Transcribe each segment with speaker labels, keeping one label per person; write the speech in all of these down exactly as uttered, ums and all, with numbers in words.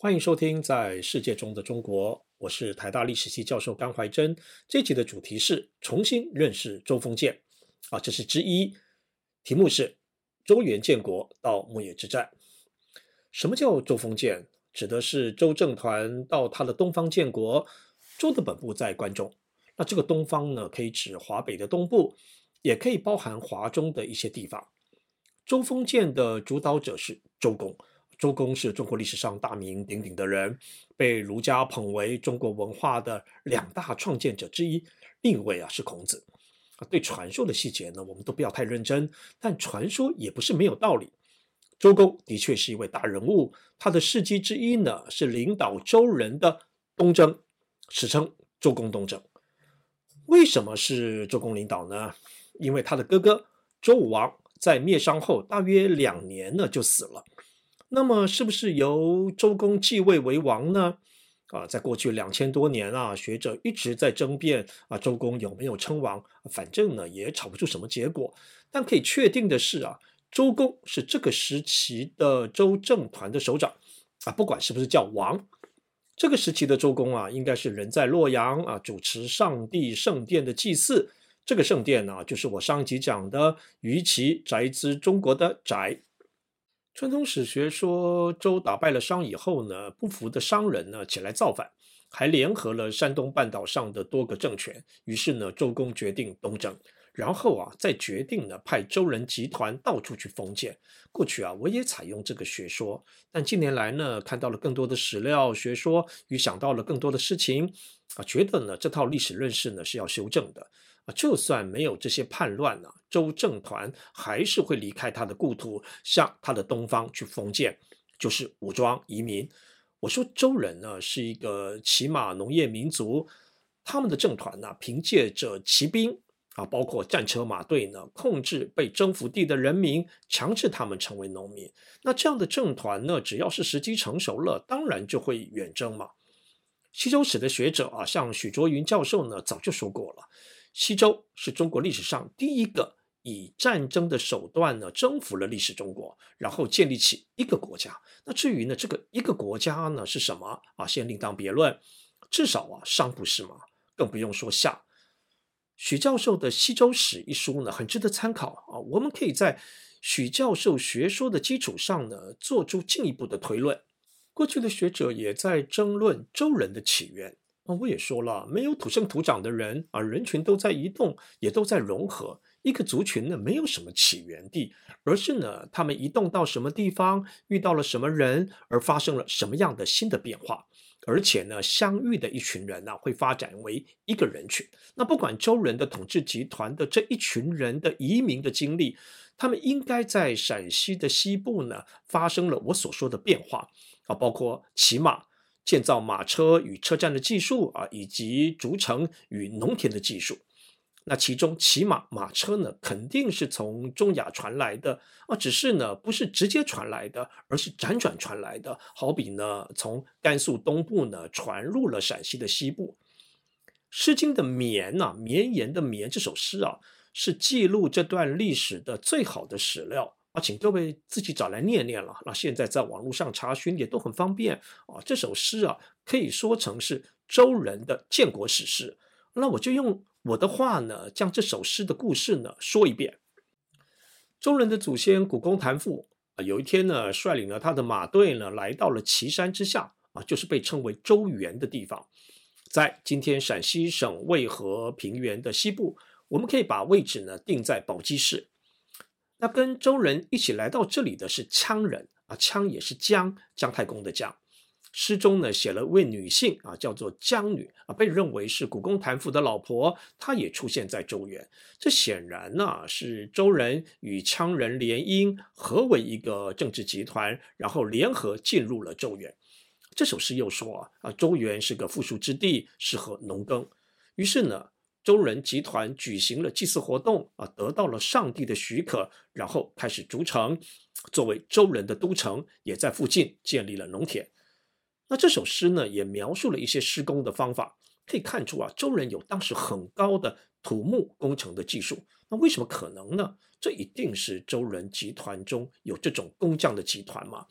Speaker 1: 欢迎收听《在世界中的中国》，我是台大历史系教授甘怀真。这集的主题是重新认识周封建啊，这是之一。题目是周原建国到牧野之战。什么叫周封建？指的是周政团到他的东方建国，周的本部在关中。那这个东方呢，可以指华北的东部，也可以包含华中的一些地方。周封建的主导者是周公。周公是中国历史上大名鼎鼎的人，被儒家捧为中国文化的两大创建者之一。另一位啊是孔子。对传说的细节呢，我们都不要太认真，但传说也不是没有道理。周公的确是一位大人物，他的事迹之一呢是领导周人的东征，史称周公东征。为什么是周公领导呢？因为他的哥哥周武王在灭商后大约两年呢就死了。那么是不是由周公继位为王呢？啊，在过去两千多年啊，学者一直在争辩啊，周公有没有称王，反正呢也吵不出什么结果。但可以确定的是啊，周公是这个时期的周政团的首长啊，不管是不是叫王。这个时期的周公啊，应该是人在洛阳啊，主持上帝圣殿的祭祀。这个圣殿呢、啊，就是我上集讲的于其宅兹中国的宅。传统史学说，周打败了商以后呢，不服的商人呢起来造反，还联合了山东半岛上的多个政权。于是呢，周公决定东征，然后啊，再决定呢派周人集团到处去封建。过去啊，我也采用这个学说，但近年来呢，看到了更多的史料学说，与想到了更多的事情啊，觉得呢这套历史认识呢是要修正的。啊，就算没有这些叛乱呢、啊，周政团还是会离开他的故土，向他的东方去封建，就是武装移民。我说周人呢是一个骑马农业民族，他们的政团呢凭借着骑兵啊，包括战车马队呢，控制被征服地的人民，强制他们成为农民。那这样的政团呢，只要是时机成熟了，当然就会远征嘛。西周史的学者啊，像许卓云教授呢，早就说过了。西周是中国历史上第一个以战争的手段呢征服了历史中国，然后建立起一个国家。那至于呢这个一个国家呢是什么啊，先另当别论。至少啊商不是嘛，更不用说夏。许教授的《西周史》一书呢很值得参考啊，我们可以在许教授学说的基础上呢做出进一步的推论。过去的学者也在争论周人的起源。啊，我也说了，没有土生土长的人啊，人群都在移动，也都在融合。一个族群呢，没有什么起源地，而是呢，他们移动到什么地方，遇到了什么人，而发生了什么样的新的变化。而且呢，相遇的一群人呢、啊，会发展为一个人群。那不管周人的统治集团的这一群人的移民的经历，他们应该在陕西的西部呢，发生了我所说的变化啊，包括骑马。建造马车与车站的技术啊，以及筑城与农田的技术。那其中骑马马车呢，肯定是从中亚传来的啊，只是呢不是直接传来的，而是辗转传来的。好比呢，从甘肃东部呢传入了陕西的西部。《诗经》的绵呐、啊，绵延的绵这首诗啊，是记录这段历史的最好的史料。啊，请各位自己找来念念了。那现在在网络上查询也都很方便啊。这首诗啊，可以说成是周人的建国史诗。那我就用我的话呢，将这首诗的故事呢说一遍。周人的祖先古公谭父啊，有一天呢，率领了他的马队呢，来到了岐山之下啊，就是被称为周原的地方，在今天陕西省渭河平原的西部。我们可以把位置呢定在宝鸡市。那跟周人一起来到这里的是羌人啊，羌也是姜，姜太公的姜。诗中呢写了位女性啊，叫做姜女啊，被认为是古公谭父的老婆，她也出现在周原。这显然呢、啊、是周人与羌人联姻，合为一个政治集团，然后联合进入了周原。这首诗又说啊，啊周原是个富庶之地，适合农耕。于是呢，周人集团举行了祭祀活动啊，得到了上帝的许可，然后开始筑城，作为周人的都城，也在附近建立了农田。那这首诗呢，也描述了一些施工的方法，可以看出啊，周人有当时很高的土木工程的技术。那为什么可能呢？这一定是周人集团中有这种工匠的集团嘛。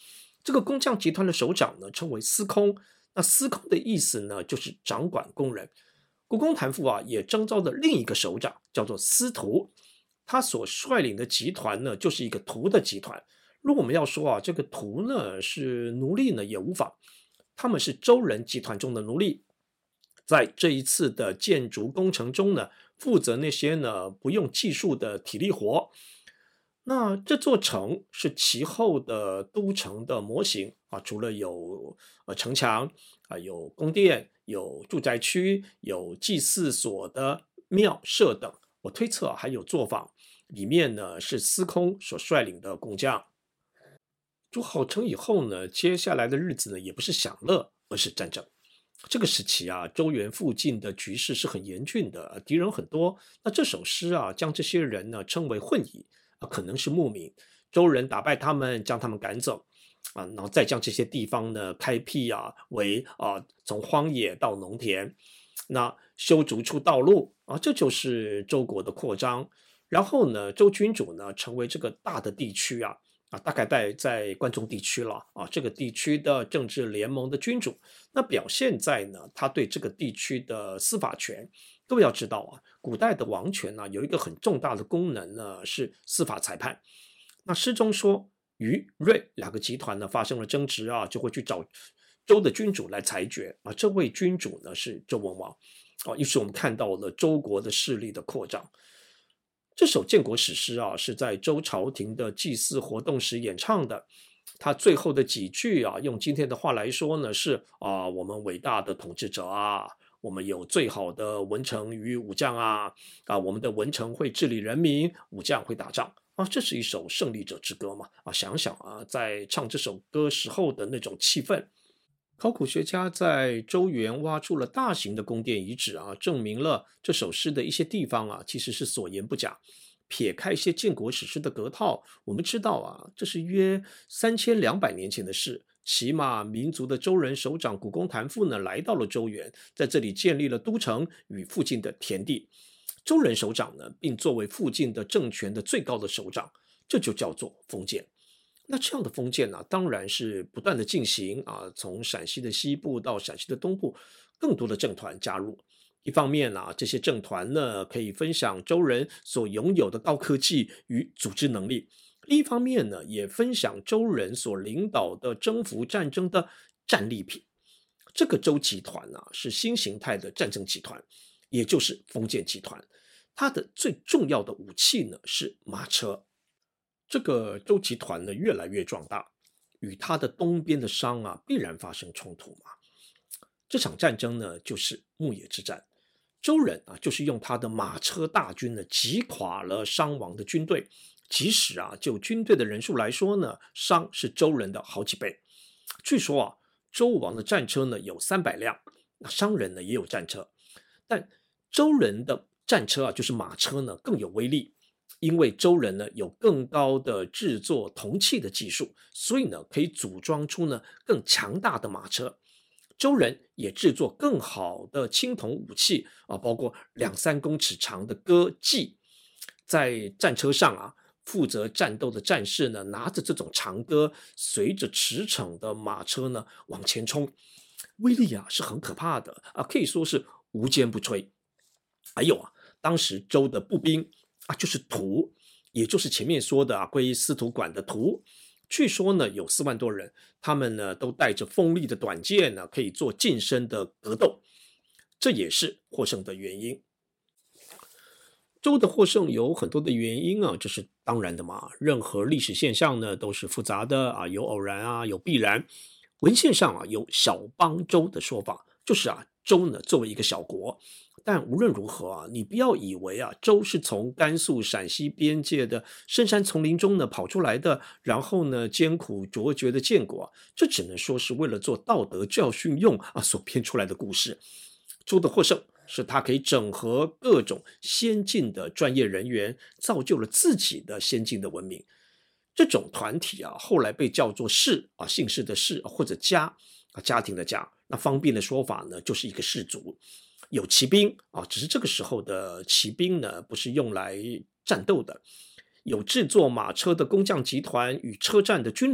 Speaker 1: 这个工匠集团的首长呢称为司空，那司空的意思呢就是掌管工人。故宫谭父啊也征召了另一个首长，叫做司徒，他所率领的集团呢就是一个屠的集团。如果我们要说啊这个屠呢是奴隶呢也无妨，他们是周人集团中的奴隶，在这一次的建筑工程中呢负责那些呢不用技术的体力活。那这座城是其后的都城的模型啊，除了有呃城墙啊，有宫殿，有住宅区，有祭祀所的庙舍等，我推测还有作坊，里面呢是司空所率领的工匠。筑好城以后呢，接下来的日子呢也不是享乐，而是战争。这个时期啊，周原附近的局势是很严峻的，敌人很多。那这首诗啊，将这些人呢称为混蚁。可能是牧民，周人打败他们，将他们赶走啊，然后再将这些地方呢开辟啊为啊从荒野到农田，那修筑出道路啊，这就是周国的扩张。然后呢，周君主呢成为这个大的地区啊啊，大概在在关中地区了啊，这个地区的政治联盟的君主，那表现在呢他对这个地区的司法权。各位要知道啊，古代的王权呢、啊、有一个很重大的功能呢是司法裁判。那诗中说于芮两个集团呢发生了争执啊，就会去找周的君主来裁决啊。这位君主呢是周文王啊，于是我们看到了周国的势力的扩张。这首建国史诗啊是在周朝廷的祭祀活动时演唱的。他最后的几句啊，用今天的话来说呢是啊，我们伟大的统治者啊。我们有最好的文臣与武将啊啊！我们的文臣会治理人民，武将会打仗啊！这是一首胜利者之歌嘛啊！想想啊，在唱这首歌时候的那种气氛。考古学家在周原挖出了大型的宫殿遗址啊，证明了这首诗的一些地方啊其实是所言不假。撇开一些建国史诗的格套，我们知道啊，这是约三千两百年前的事。骑马民族的周人首长古公谭父呢，来到了周原，在这里建立了都城与附近的田地。周人首长呢，并作为附近的政权的最高的首长，这就叫做封建。那这样的封建呢、啊，当然是不断的进行啊，从陕西的西部到陕西的东部，更多的政团加入。一方面啊，这些政团呢，可以分享周人所拥有的高科技与组织能力。另一方面呢，也分享周人所领导的征服战争的战利品。这个周集团啊，是新形态的战争集团，也就是封建集团。它的最重要的武器呢是马车。这个周集团呢越来越壮大，与它的东边的商啊必然发生冲突嘛。这场战争呢就是牧野之战。周人啊就是用他的马车大军呢击垮了商王的军队。即使啊，就军队的人数来说呢，商是周人的好几倍。据说啊，周武王的战车呢有三百辆，那商人呢也有战车，但周人的战车啊，就是马车呢更有威力，因为周人呢有更高的制作铜器的技术，所以呢可以组装出呢更强大的马车。周人也制作更好的青铜武器啊，包括两三公尺长的戈戟，在战车上啊。负责战斗的战士呢，拿着这种长戈，随着驰骋的马车呢往前冲，威力啊是很可怕的啊，可以说是无坚不摧。还有啊，当时周的步兵啊，就是屠，也就是前面说的啊，归司徒管的屠。据说呢，有四万多人，他们呢都带着锋利的短剑呢，可以做近身的格斗，这也是获胜的原因。周的获胜有很多的原因啊，这是当然的嘛。任何历史现象呢都是复杂的啊，有偶然啊，有必然。文献上啊有小邦周的说法，就是啊周呢作为一个小国，但无论如何啊，你不要以为啊周是从甘肃陕西边界的深山丛林中呢跑出来的，然后呢艰苦卓绝的建国，这只能说是为了做道德教训用啊所编出来的故事。周的获胜是他可以整合各种先进的专业人员，造就了自己的先进的文明。这种团体啊，后来被叫做氏啊，姓氏的氏或者家啊，家庭的家。那方便的说法呢，就是一个氏族。有骑兵啊，只是这个时候的骑兵呢，不是用来战斗的。有制作马车的工匠集团与车站的军人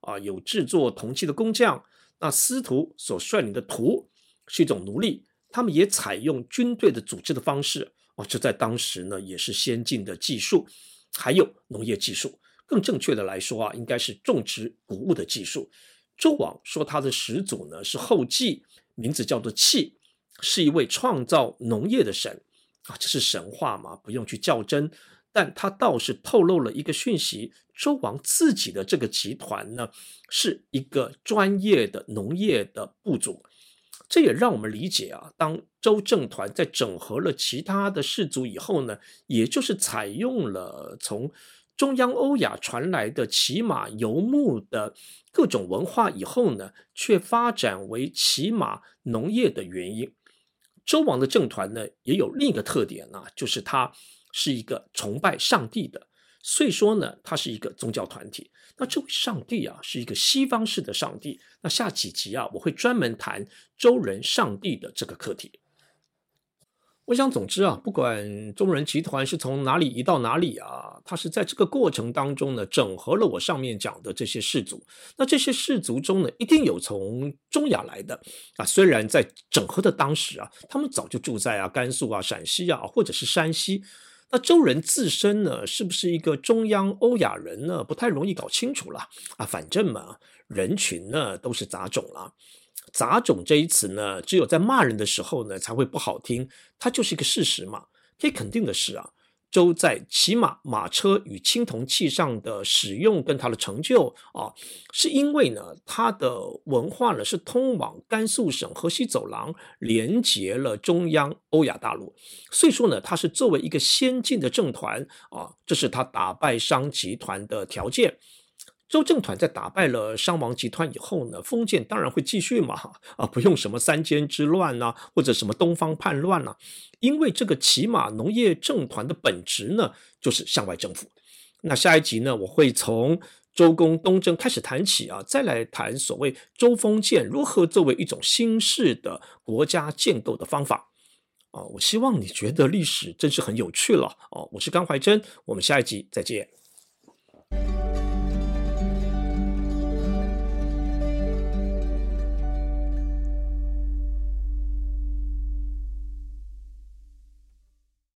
Speaker 1: 啊，有制作铜器的工匠，那司徒所率领的徒是一种奴隶，他们也采用军队的组织的方式，哦，这在当时呢也是先进的技术。还有农业技术，更正确的来说啊，应该是种植谷物的技术。周王说他的始祖呢是后稷，名字叫做契，是一位创造农业的神啊，这是神话嘛，不用去较真。但他倒是透露了一个讯息，周王自己的这个集团呢，是一个专业的农业的部族。这也让我们理解啊，当周政团在整合了其他的氏族以后呢，也就是采用了从中央欧亚传来的骑马游牧的各种文化以后呢，却发展为骑马农业的原因。周王的政团呢，也有另一个特点啊，就是它是一个崇拜上帝的，所以说呢，它是一个宗教团体。那这位上帝啊，是一个西方式的上帝。那下几集啊，我会专门谈周人上帝的这个课题。我想，总之啊，不管中人集团是从哪里移到哪里啊，它是在这个过程当中呢，整合了我上面讲的这些氏族。那这些氏族中呢，一定有从中亚来的啊。虽然在整合的当时啊，他们早就住在啊甘肃啊、陕西啊，或者是山西。那周人自身呢，是不是一个中央欧亚人呢？不太容易搞清楚了啊。反正嘛，人群呢都是杂种啦。杂种这一词呢，只有在骂人的时候呢才会不好听，它就是一个事实嘛。可以肯定的是啊，周在骑马、马车与青铜器上的使用跟它的成就啊，是因为呢，它的文化呢是通往甘肃省河西走廊，连接了中央欧亚大陆。所以说呢，它是作为一个先进的政团啊，这是他打败商集团的条件。周政团在打败了商王集团以后呢，封建当然会继续嘛，啊，不用什么三监之乱啊，或者什么东方叛乱啊，因为这个骑马农业政团的本质呢，就是向外征服。那下一集呢，我会从周公东征开始谈起啊，再来谈所谓周封建如何作为一种新式的国家建构的方法。啊，我希望你觉得历史真是很有趣了哦。我是甘怀真，我们下一集再见。